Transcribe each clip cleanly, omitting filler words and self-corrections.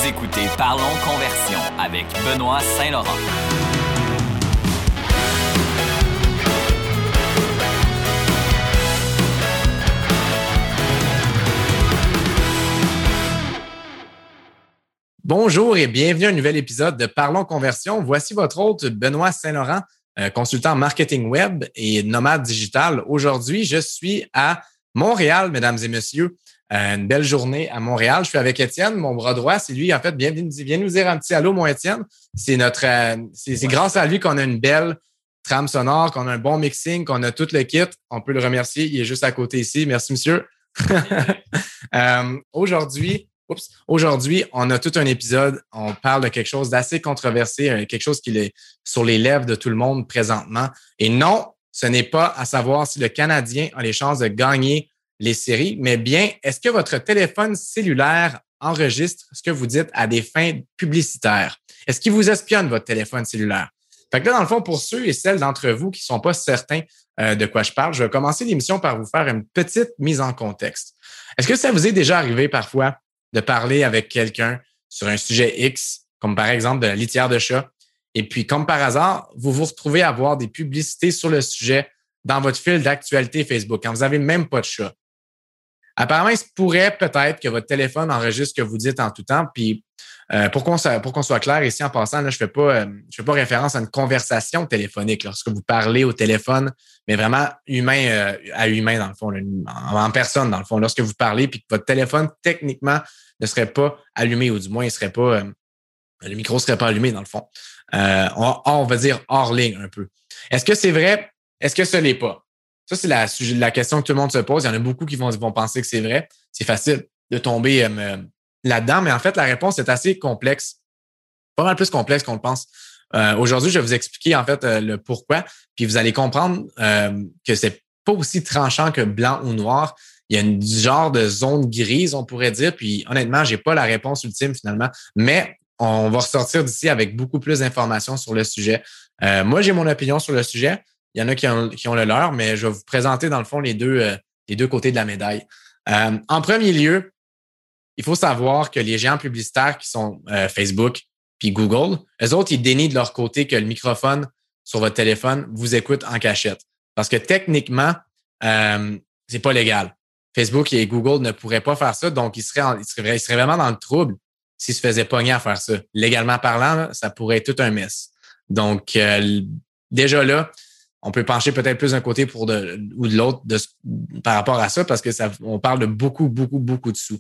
Vous écoutez Parlons Conversion avec Benoît Saint-Laurent. Bonjour et bienvenue à un nouvel épisode de Parlons Conversion. Voici votre hôte Benoît Saint-Laurent, consultant marketing web et nomade digital. Aujourd'hui, je suis à Montréal, mesdames et messieurs. Une belle journée à Montréal. Je suis avec Étienne, mon bras droit. C'est lui, en fait, viens nous dire un petit allô, mon Étienne. C'est grâce à lui qu'on a une belle trame sonore, qu'on a un bon mixing, qu'on a tout le kit. On peut le remercier. Il est juste à côté ici. Merci, monsieur. Aujourd'hui, on a tout un épisode. On parle de quelque chose d'assez controversé, quelque chose qui est sur les lèvres de tout le monde présentement. Et non, ce n'est pas à savoir si le Canadien a les chances de gagner les séries, mais bien, est-ce que votre téléphone cellulaire enregistre ce que vous dites à des fins publicitaires? Est-ce qu'il vous espionne, votre téléphone cellulaire? Fait que là, dans le fond, pour ceux et celles d'entre vous qui ne sont pas certains de quoi je parle, je vais commencer l'émission par vous faire une petite mise en contexte. Est-ce que ça vous est déjà arrivé parfois de parler avec quelqu'un sur un sujet X, comme par exemple de la litière de chat, et puis comme par hasard, vous vous retrouvez à avoir des publicités sur le sujet dans votre fil d'actualité Facebook, quand vous n'avez même pas de chat? Apparemment, il se pourrait peut-être que votre téléphone enregistre ce que vous dites en tout temps. Puis, pour qu'on soit clair ici en passant, là, je fais pas référence à une conversation téléphonique lorsque vous parlez au téléphone, mais vraiment humain à humain dans le fond, là, en personne dans le fond. Lorsque vous parlez, puis que votre téléphone techniquement ne serait pas allumé, ou du moins il serait pas le micro serait pas allumé dans le fond. On va dire hors ligne un peu. Est-ce que c'est vrai? Est-ce que ce l'est pas? Ça, c'est la question que tout le monde se pose. Il y en a beaucoup qui vont penser que c'est vrai. C'est facile de tomber là-dedans, mais en fait, la réponse est assez complexe, pas mal plus complexe qu'on le pense. Aujourd'hui, je vais vous expliquer en fait le pourquoi, puis vous allez comprendre que c'est pas aussi tranchant que blanc ou noir. Il y a une genre de zone grise, on pourrait dire, puis honnêtement, j'ai pas la réponse ultime finalement, mais on va ressortir d'ici avec beaucoup plus d'informations sur le sujet. Moi, j'ai mon opinion sur le sujet. Il y en a qui ont le leur, mais je vais vous présenter dans le fond les deux côtés de la médaille. En premier lieu, il faut savoir que les géants publicitaires qui sont Facebook puis Google, eux autres, ils dénient de leur côté que le microphone sur votre téléphone vous écoute en cachette. Parce que techniquement, c'est pas légal. Facebook et Google ne pourraient pas faire ça, donc ils seraient vraiment dans le trouble s'ils se faisaient pogner à faire ça. Légalement parlant, là, ça pourrait être tout un mess. Donc, déjà là, on peut pencher peut-être plus d'un côté ou de l'autre par rapport à ça parce que on parle de beaucoup de sous.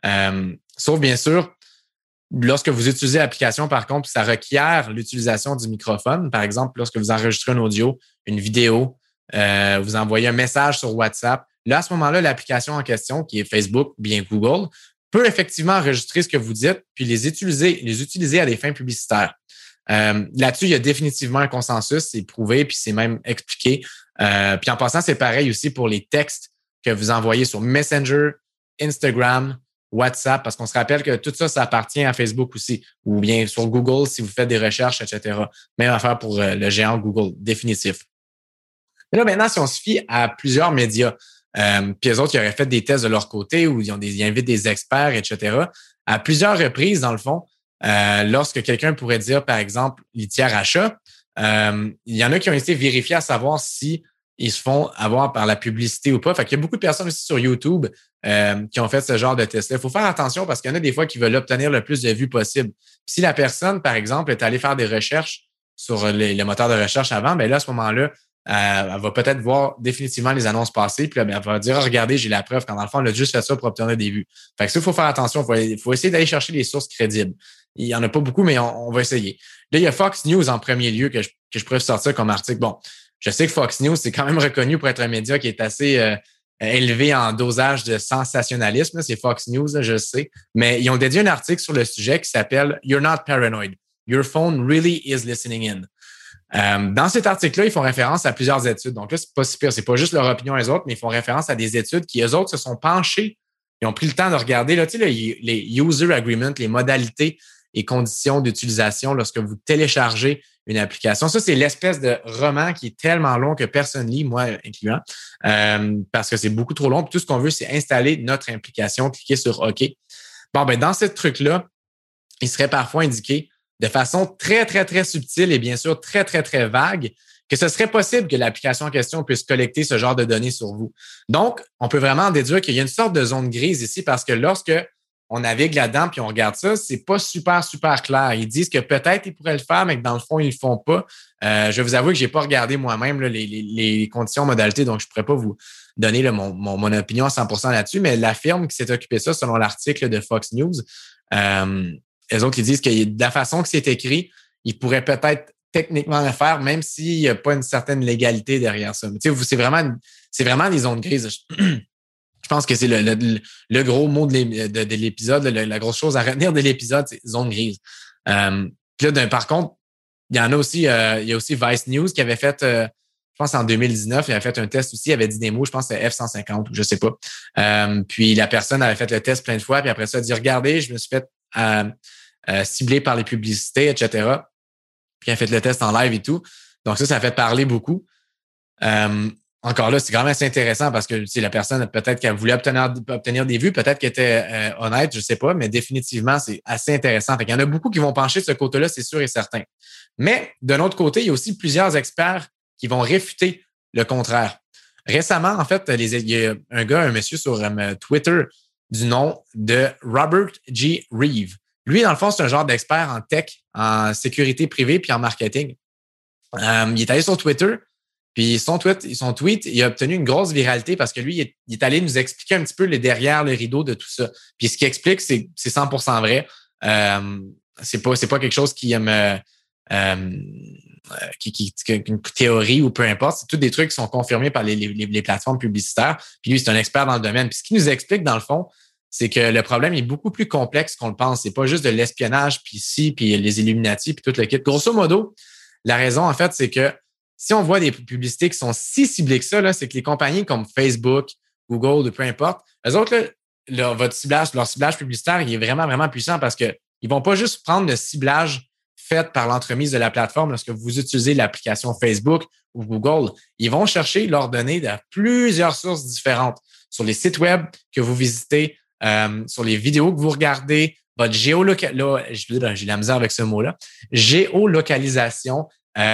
Sauf bien sûr, lorsque vous utilisez l'application, par contre, ça requiert l'utilisation du microphone. Par exemple, lorsque vous enregistrez un audio, une vidéo, vous envoyez un message sur WhatsApp. Là, à ce moment-là, l'application en question, qui est Facebook, bien Google, peut effectivement enregistrer ce que vous dites puis les utiliser à des fins publicitaires. Là-dessus, il y a définitivement un consensus, c'est prouvé, puis c'est même expliqué. Puis en passant, c'est pareil aussi pour les textes que vous envoyez sur Messenger, Instagram, WhatsApp, parce qu'on se rappelle que tout ça, ça appartient à Facebook aussi, ou bien sur Google si vous faites des recherches, etc. Même affaire pour le géant Google, définitif. Mais là, maintenant, si on se fie à plusieurs médias, puis eux autres, ils auraient fait des tests de leur côté où ils invitent des experts, etc. À plusieurs reprises, dans le fond, lorsque quelqu'un pourrait dire, par exemple, litière à chat, il y en a qui ont été vérifiés à savoir si ils se font avoir par la publicité ou pas. Fait qu'il y a beaucoup de personnes aussi sur YouTube qui ont fait ce genre de test-là. Il faut faire attention parce qu'il y en a des fois qui veulent obtenir le plus de vues possible. Puis si la personne, par exemple, est allée faire des recherches sur le moteur de recherche avant, bien là, à ce moment-là, elle va peut-être voir définitivement les annonces passer, puis là, elle va dire, regardez, j'ai la preuve, quand dans le fond, elle a juste fait ça pour obtenir des vues. Fait que ça, il faut faire attention. Il faut essayer d'aller chercher des sources crédibles. Il y en a pas beaucoup, mais on va essayer. Là, il y a Fox News en premier lieu que je pourrais sortir comme article. Bon, je sais que Fox News, c'est quand même reconnu pour être un média qui est assez élevé en dosage de sensationnalisme. C'est Fox News, là, je sais. Mais ils ont dédié un article sur le sujet qui s'appelle « You're not paranoid. Your phone really is listening in ». Dans cet article-là, ils font référence à plusieurs études. Donc là, c'est pas si pire. C'est pas juste leur opinion eux autres, mais ils font référence à des études qui, eux autres, se sont penchés. Ils ont pris le temps de regarder là, tu sais, les user agreements, les modalités et conditions d'utilisation lorsque vous téléchargez une application. Ça, c'est l'espèce de roman qui est tellement long que personne lit, moi incluant, parce que c'est beaucoup trop long. Puis tout ce qu'on veut, c'est installer notre application, cliquer sur OK. Bon, ben dans ce truc-là, il serait parfois indiqué de façon très, très, très subtile et bien sûr très, très, très vague que ce serait possible que l'application en question puisse collecter ce genre de données sur vous. Donc, on peut vraiment déduire qu'il y a une sorte de zone grise ici parce que lorsque on navigue là-dedans puis on regarde ça, c'est pas super, super clair. Ils disent que peut-être ils pourraient le faire, mais que dans le fond, ils le font pas. Je vais vous avouer que j'ai pas regardé moi-même là, les conditions, modalités, donc je pourrais pas vous donner là, mon opinion à 100% là-dessus, mais la firme qui s'est occupée de ça, selon l'article de Fox News, eux autres, ils disent que de la façon que c'est écrit, ils pourraient peut-être techniquement le faire, même s'il n'y a pas une certaine légalité derrière ça. Mais tu sais, c'est vraiment des zones grises. Je pense que c'est le gros mot de l'épisode, la grosse chose à retenir de l'épisode, c'est zone grise. Puis là, par contre, il y en a aussi, il y a aussi Vice News qui avait fait, je pense en 2019, il avait fait un test aussi, il avait dit des mots, je pense que c'était F-150 ou je sais pas. Puis la personne avait fait le test plein de fois, puis après ça, elle a dit, regardez, je me suis fait cibler par les publicités, etc. Puis elle a fait le test en live et tout. Donc ça a fait parler beaucoup. Encore là, c'est quand même assez intéressant parce que la personne, peut-être qu'elle voulait obtenir des vues, peut-être qu'elle était honnête, je ne sais pas, mais définitivement, c'est assez intéressant. Il y en a beaucoup qui vont pencher de ce côté-là, c'est sûr et certain. Mais d'un autre côté, il y a aussi plusieurs experts qui vont réfuter le contraire. Récemment, en fait, il y a un monsieur sur Twitter du nom de Robert G. Reeve. Lui, dans le fond, c'est un genre d'expert en tech, en sécurité privée puis en marketing. Il est allé sur Twitter. Puis son tweet, il a obtenu une grosse viralité parce que lui, il est allé nous expliquer un petit peu les derrière le rideau de tout ça. Puis ce qu'il explique, c'est 100% vrai. C'est pas quelque chose qui une théorie ou peu importe. C'est tous des trucs qui sont confirmés par les plateformes publicitaires. Puis lui, c'est un expert dans le domaine. Puis ce qu'il nous explique, dans le fond, c'est que le problème est beaucoup plus complexe qu'on le pense. C'est pas juste de l'espionnage, puis les Illuminati, puis tout le kit. Grosso modo, la raison, en fait, c'est que si on voit des publicités qui sont si ciblées que ça, là, c'est que les compagnies comme Facebook, Google ou peu importe, eux autres, là, leur ciblage publicitaire, il est vraiment, vraiment puissant parce que ils vont pas juste prendre le ciblage fait par l'entremise de la plateforme lorsque vous utilisez l'application Facebook ou Google. Ils vont chercher leurs données de plusieurs sources différentes sur les sites web que vous visitez, sur les vidéos que vous regardez, votre j'ai la misère avec ce mot-là, géolocalisation,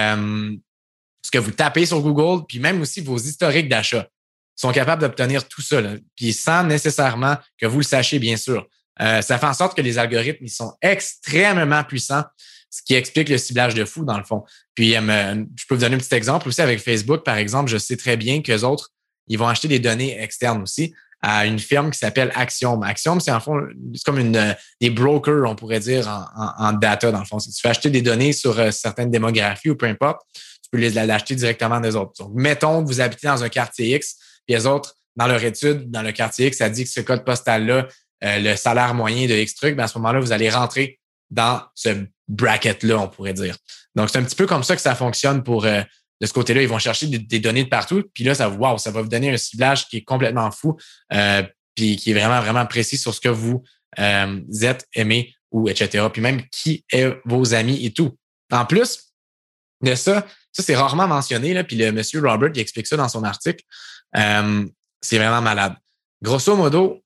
ce que vous tapez sur Google, puis même aussi vos historiques d'achat. Ils sont capables d'obtenir tout ça, là, puis sans nécessairement que vous le sachiez, bien sûr. Ça fait en sorte que les algorithmes, ils sont extrêmement puissants, ce qui explique le ciblage de fou, dans le fond. Puis, je peux vous donner un petit exemple aussi avec Facebook, par exemple. Je sais très bien qu'eux autres, ils vont acheter des données externes aussi à une firme qui s'appelle Axiom. Axiom, c'est en fond, c'est comme des brokers, on pourrait dire, en data, dans le fond. Si tu fais acheter des données sur certaines démographies ou peu importe, tu peux l'acheter directement des autres. Donc, mettons que vous habitez dans un quartier X, puis les autres, dans leur étude, dans le quartier X, ça dit que ce code postal-là, le salaire moyen de X truc, ben à ce moment-là, vous allez rentrer dans ce bracket-là, on pourrait dire. Donc, c'est un petit peu comme ça que ça fonctionne pour de ce côté-là. Ils vont chercher des données de partout, puis là, ça va vous donner un ciblage qui est complètement fou, puis qui est vraiment, vraiment précis sur ce que vous êtes, aimez, ou etc. Puis même qui est vos amis et tout. En plus de ça, c'est rarement mentionné, là, puis le monsieur Robert, il explique ça dans son article. C'est vraiment malade. Grosso modo,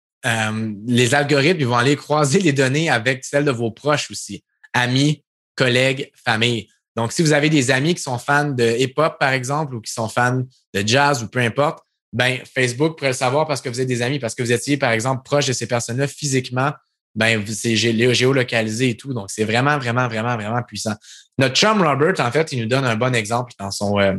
les algorithmes, ils vont aller croiser les données avec celles de vos proches aussi. Amis, collègues, famille. Donc, si vous avez des amis qui sont fans de hip-hop, par exemple, ou qui sont fans de jazz ou peu importe, ben Facebook pourrait le savoir parce que vous êtes des amis, parce que vous étiez, par exemple, proche de ces personnes-là physiquement, ben c'est géolocalisé et tout. Donc, c'est vraiment, vraiment, vraiment, vraiment puissant. Notre chum Robert, en fait, il nous donne un bon exemple dans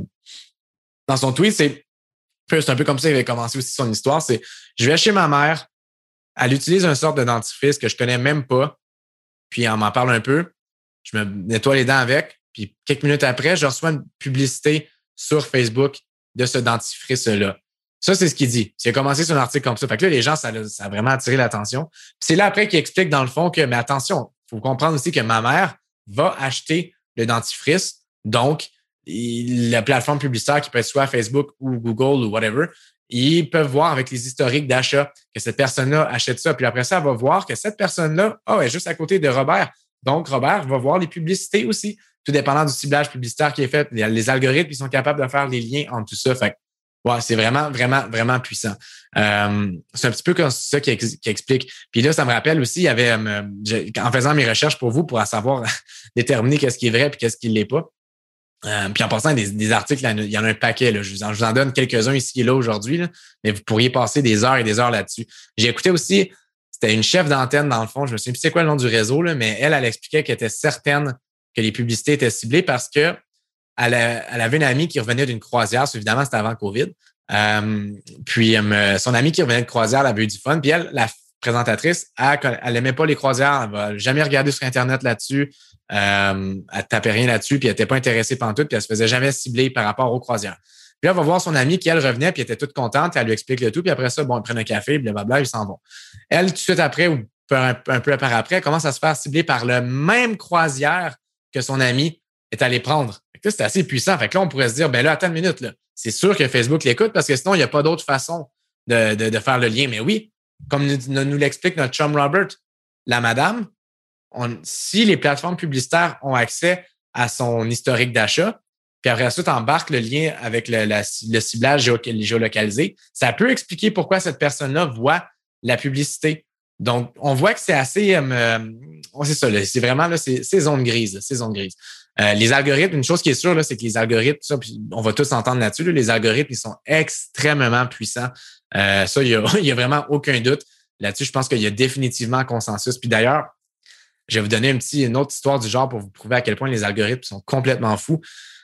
son tweet. C'est un peu comme ça qu'il avait commencé aussi son histoire. C'est, je vais chez ma mère, elle utilise une sorte de dentifrice que je connais même pas, puis on m'en parle un peu. Je me nettoie les dents avec, puis quelques minutes après, je reçois une publicité sur Facebook de ce dentifrice-là. Ça, c'est ce qu'il dit. Il a commencé son article comme ça. Fait que là, les gens, ça a vraiment attiré l'attention. Puis c'est là après qu'il explique dans le fond que, mais attention, il faut comprendre aussi que ma mère va acheter le dentifrice. Donc, la plateforme publicitaire qui peut être soit Facebook ou Google ou whatever, ils peuvent voir avec les historiques d'achat que cette personne-là achète ça. Puis après ça, elle va voir que cette personne-là, est juste à côté de Robert. Donc, Robert va voir les publicités aussi, tout dépendant du ciblage publicitaire qui est fait. Les algorithmes, ils sont capables de faire les liens entre tout ça. Fait Ouais, c'est vraiment, vraiment, vraiment puissant. C'est un petit peu comme ça qui explique. Puis là, ça me rappelle aussi, il y avait, en faisant mes recherches pour vous, pour savoir déterminer qu'est-ce qui est vrai et qu'est-ce qui ne l'est pas. Puis en passant des articles, il y en a un paquet. Là. Je vous en donne quelques-uns ici et là aujourd'hui, là, mais vous pourriez passer des heures et des heures là-dessus. J'ai écouté aussi, c'était une chef d'antenne dans le fond, je me souviens plus c'est quoi le nom du réseau, là, mais elle expliquait qu'elle était certaine que les publicités étaient ciblées parce que elle avait une amie qui revenait d'une croisière. Évidemment, c'était avant Covid. Puis son amie qui revenait de croisière, elle avait eu du fun. Puis elle, la présentatrice, elle aimait pas les croisières. Elle va jamais regarder sur Internet là-dessus. Elle tapait rien là-dessus. Puis elle était pas intéressée pantoute. Puis elle se faisait jamais cibler par rapport aux croisières. Puis là, on va voir son amie qui, elle, revenait. Puis elle était toute contente. Elle lui explique le tout. Puis après ça, bon, ils prennent un café. Blablabla, ils s'en vont. Elle, tout de suite après, ou un peu par après, elle commence à se faire cibler par le même croisière que son amie est allé prendre. C'est assez puissant. Fait que là, on pourrait se dire, ben là, attends une minute, là. C'est sûr que Facebook l'écoute parce que sinon, il n'y a pas d'autre façon de faire le lien. Mais oui, comme nous l'explique notre chum Robert, la madame, si les plateformes publicitaires ont accès à son historique d'achat, puis après ça, tu embarques le lien avec le ciblage géolocalisé, ça peut expliquer pourquoi cette personne-là voit la publicité. Donc, on voit que c'est assez... c'est ça, là, c'est vraiment là, c'est zone grise. C'est zone grise. Les algorithmes, une chose qui est sûre, là, c'est que les algorithmes, ça, puis on va tous s'entendre là-dessus, là, les algorithmes, ils sont extrêmement puissants. Ça, il y a vraiment aucun doute. Là-dessus, je pense qu'il y a définitivement un consensus. Puis d'ailleurs, je vais vous donner une autre histoire du genre pour vous prouver à quel point les algorithmes sont complètement fous.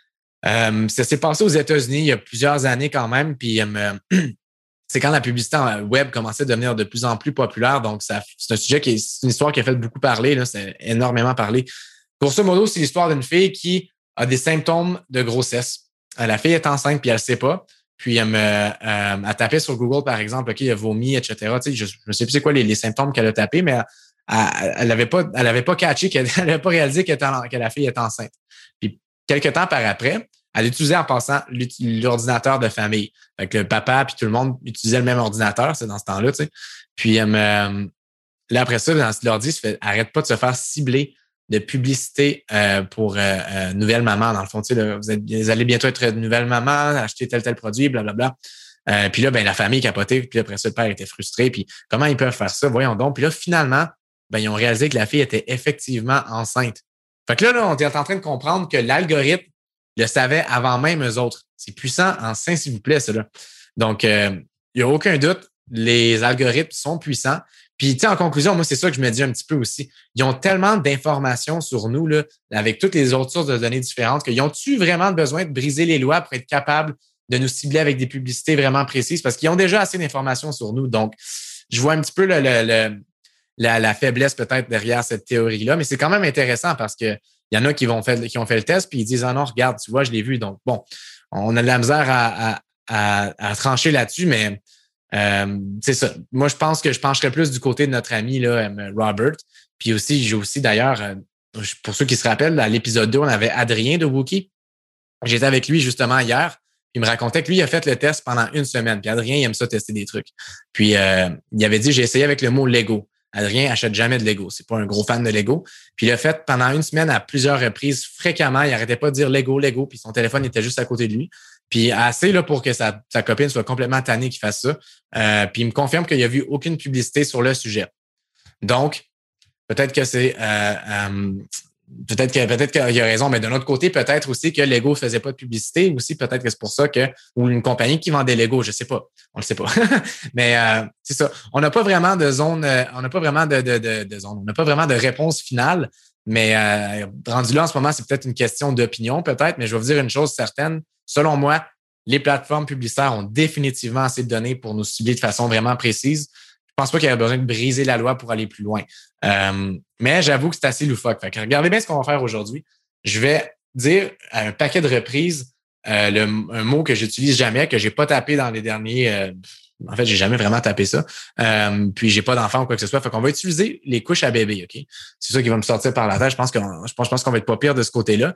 Ça s'est passé aux États-Unis il y a plusieurs années quand même. Puis c'est quand la publicité web commençait à devenir de plus en plus populaire. Donc, c'est un sujet c'est une histoire qui a fait beaucoup parler. Là, c'est énormément parlé. Grosso modo, c'est l'histoire d'une fille qui a des symptômes de grossesse. La fille est enceinte puis elle ne sait pas. Puis elle tapait sur Google, par exemple, OK, elle vomi, etc. Tu sais, je ne sais plus c'est quoi les symptômes qu'elle a tapés, mais elle n'avait pas catché, elle n'avait pas réalisé que la fille est enceinte. Puis quelques temps par après, elle utilisait en passant l'ordinateur de famille. Fait que le papa puis tout le monde utilisait le même ordinateur, c'est dans ce temps-là, tu sais. Puis là, après ça, dans ce l'ordi, arrête pas de se faire cibler de publicité pour nouvelle maman. Dans le fond, tu sais, là, vous allez bientôt être nouvelle maman, acheter tel produit, blablabla. Puis là, ben la famille capotait, puis après ça, le père était frustré. Puis comment ils peuvent faire ça? Voyons donc. Puis là, finalement, ben, ils ont réalisé que la fille était effectivement enceinte. Fait que là, on est en train de comprendre que l'algorithme le savait avant même eux autres. C'est puissant en sein, s'il vous plaît, cela. Donc, il n'y a aucun doute, les algorithmes sont puissants. Puis, tu sais, en conclusion, moi, c'est ça que je me dis un petit peu aussi. Ils ont tellement d'informations sur nous, là, avec toutes les autres sources de données différentes, qu'ils ont-tu vraiment besoin de briser les lois pour être capables de nous cibler avec des publicités vraiment précises? Parce qu'ils ont déjà assez d'informations sur nous. Donc, je vois un petit peu la faiblesse peut-être derrière cette théorie-là, mais c'est quand même intéressant parce que il y en a qui ont fait le test puis ils disent « Ah non, regarde, tu vois, je l'ai vu. » Donc, bon, on a de la misère à trancher là-dessus, mais c'est ça. Moi, je pense que je pencherais plus du côté de notre ami là, Robert. Puis aussi, j'ai aussi d'ailleurs, pour ceux qui se rappellent, à l'épisode 2, on avait Adrien de Wookie. J'étais avec lui justement hier. Il me racontait que lui, il a fait le test pendant une semaine. Puis Adrien, il aime ça tester des trucs. Puis il avait dit, j'ai essayé avec le mot Lego. Adrien achète jamais de Lego. C'est pas un gros fan de Lego. Puis il l'a fait pendant une semaine à plusieurs reprises, fréquemment. Il arrêtait pas de dire Lego, Lego. Puis son téléphone était juste à côté de lui. Puis assez là pour que sa copine soit complètement tannée qu'il fasse ça. Puis il me confirme qu'il n'y a vu aucune publicité sur le sujet. Donc, peut-être que c'est peut-être qu'il y a raison, mais d'un autre côté, peut-être aussi que Lego faisait pas de publicité. Aussi, peut-être que c'est pour ça que ou une compagnie qui vendait Lego, je sais pas, on le sait pas. Mais c'est ça. On n'a pas vraiment de zone, on n'a pas vraiment de zone, on n'a pas vraiment de réponse finale. Mais rendu là en ce moment, c'est peut-être une question d'opinion, peut-être. Mais je vais vous dire une chose certaine. Selon moi, les plateformes publicitaires ont définitivement assez de données pour nous cibler de façon vraiment précise. Je pense pas qu'il y ait besoin de briser la loi pour aller plus loin. Mais j'avoue que c'est assez loufoque. Fait que regardez bien ce qu'on va faire aujourd'hui. Je vais dire à un paquet de reprises un mot que j'utilise jamais, que j'ai pas tapé dans les derniers. En fait, j'ai jamais vraiment tapé ça. Puis j'ai pas d'enfant ou quoi que ce soit. Fait qu'on va utiliser les couches à bébé, OK? C'est ça qui va me sortir par la tête. Je pense qu'on va être pas pire de ce côté-là.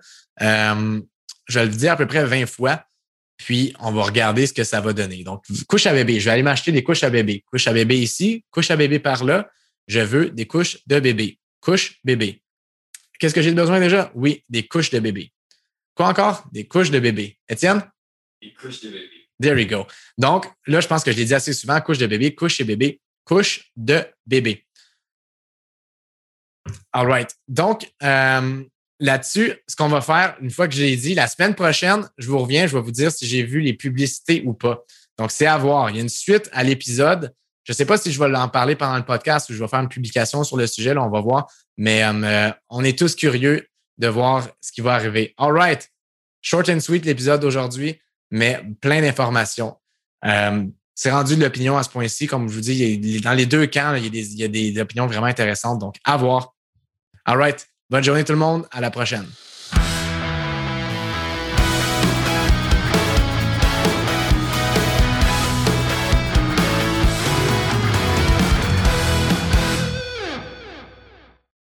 Je vais le dire à peu près 20 fois. Puis, on va regarder ce que ça va donner. Donc, couche à bébé. Je vais aller m'acheter des couches à bébé. Couche à bébé ici, couche à bébé par là. Je veux des couches de bébé. Couche bébé. Qu'est-ce que j'ai besoin déjà? Oui, des couches de bébé. Quoi encore? Des couches de bébé. Étienne? Des couches de bébé. There you go. Donc, là, je pense que je l'ai dit assez souvent, couche de bébé, couche chez bébé, couche de bébé. All right. Donc, là-dessus, ce qu'on va faire, une fois que je l'ai dit, la semaine prochaine, je vous reviens, je vais vous dire si j'ai vu les publicités ou pas. Donc, c'est à voir. Il y a une suite à l'épisode. Je ne sais pas si je vais en parler pendant le podcast ou je vais faire une publication sur le sujet, là, on va voir. Mais on est tous curieux de voir ce qui va arriver. All right. Short and sweet, l'épisode d'aujourd'hui, mais plein d'informations. C'est rendu de l'opinion à ce point-ci. Comme je vous dis, dans les deux camps, il y a des opinions vraiment intéressantes. Donc, à voir. All right. Bonne journée tout le monde. À la prochaine.